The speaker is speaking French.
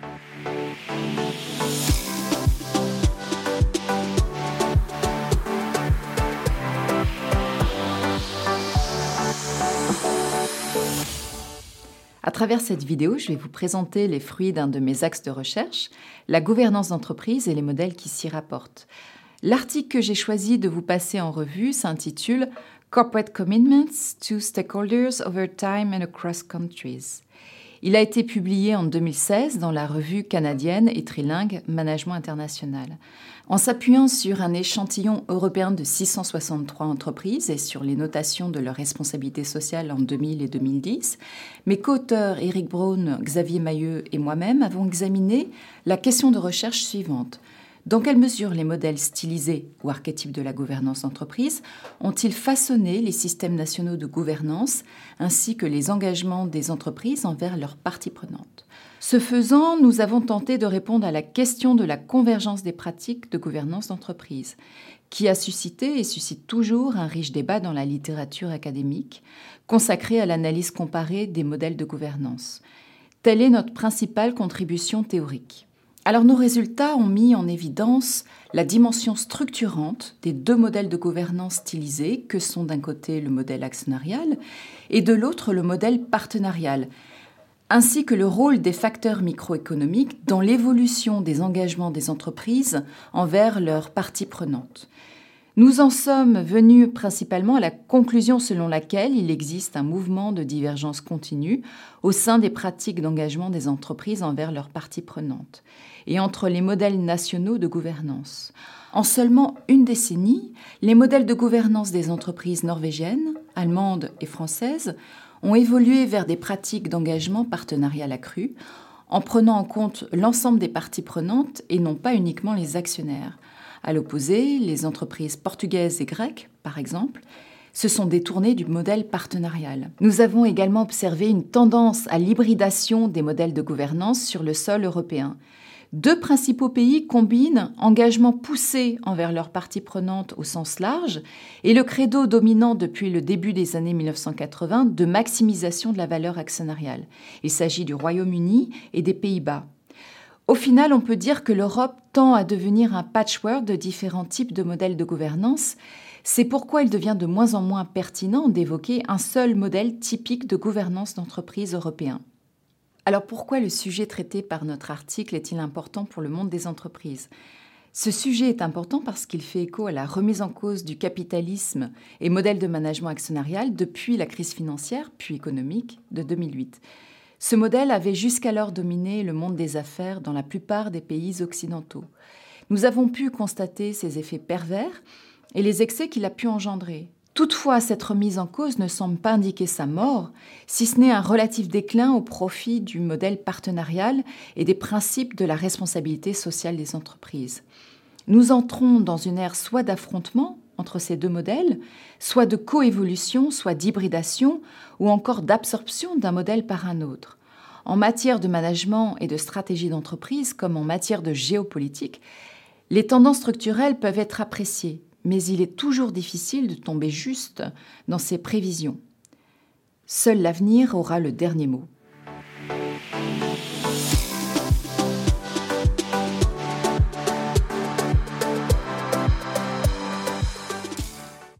À travers cette vidéo, je vais vous présenter les fruits d'un de mes axes de recherche, la gouvernance d'entreprise et les modèles qui s'y rapportent. L'article que j'ai choisi de vous passer en revue s'intitule « Corporate Commitments to Stakeholders over Time and Across Countries ». Il a été publié en 2016 dans la revue canadienne et trilingue Management International. En s'appuyant sur un échantillon européen de 663 entreprises et sur les notations de leur responsabilité sociale en 2000 et 2010, mes co-auteurs Éric Braun, Xavier Mailleux et moi-même avons examiné la question de recherche suivante. Dans quelle mesure les modèles stylisés ou archétypes de la gouvernance d'entreprise ont-ils façonné les systèmes nationaux de gouvernance ainsi que les engagements des entreprises envers leurs parties prenantes? Ce faisant, nous avons tenté de répondre à la question de la convergence des pratiques de gouvernance d'entreprise, qui a suscité et suscite toujours un riche débat dans la littérature académique, consacré à l'analyse comparée des modèles de gouvernance. Telle est notre principale contribution théorique. Alors nos résultats ont mis en évidence la dimension structurante des deux modèles de gouvernance stylisés que sont d'un côté le modèle actionnarial et de l'autre le modèle partenarial, ainsi que le rôle des facteurs microéconomiques dans l'évolution des engagements des entreprises envers leurs parties prenantes. Nous en sommes venus principalement à la conclusion selon laquelle il existe un mouvement de divergence continue au sein des pratiques d'engagement des entreprises envers leurs parties prenantes et entre les modèles nationaux de gouvernance. En seulement une décennie, les modèles de gouvernance des entreprises norvégiennes, allemandes et françaises ont évolué vers des pratiques d'engagement partenarial accru en prenant en compte l'ensemble des parties prenantes et non pas uniquement les actionnaires. À l'opposé, les entreprises portugaises et grecques, par exemple, se sont détournées du modèle partenarial. Nous avons également observé une tendance à l'hybridation des modèles de gouvernance sur le sol européen. Deux principaux pays combinent engagement poussé envers leurs parties prenantes au sens large et le credo dominant depuis le début des années 1980 de maximisation de la valeur actionnariale. Il s'agit du Royaume-Uni et des Pays-Bas. Au final, on peut dire que l'Europe tend à devenir un patchwork de différents types de modèles de gouvernance. C'est pourquoi il devient de moins en moins pertinent d'évoquer un seul modèle typique de gouvernance d'entreprise européen. Alors pourquoi le sujet traité par notre article est-il important pour le monde des entreprises ? Ce sujet est important parce qu'il fait écho à la remise en cause du capitalisme et modèle de management actionnarial depuis la crise financière, puis économique, de 2008. Ce modèle avait jusqu'alors dominé le monde des affaires dans la plupart des pays occidentaux. Nous avons pu constater ses effets pervers et les excès qu'il a pu engendrer. Toutefois, cette remise en cause ne semble pas indiquer sa mort, si ce n'est un relatif déclin au profit du modèle partenarial et des principes de la responsabilité sociale des entreprises. Nous entrons dans une ère soit d'affrontement entre ces deux modèles, soit de coévolution, soit d'hybridation, ou encore d'absorption d'un modèle par un autre. En matière de management et de stratégie d'entreprise, comme en matière de géopolitique, les tendances structurelles peuvent être appréciées, mais il est toujours difficile de tomber juste dans ces prévisions. Seul l'avenir aura le dernier mot.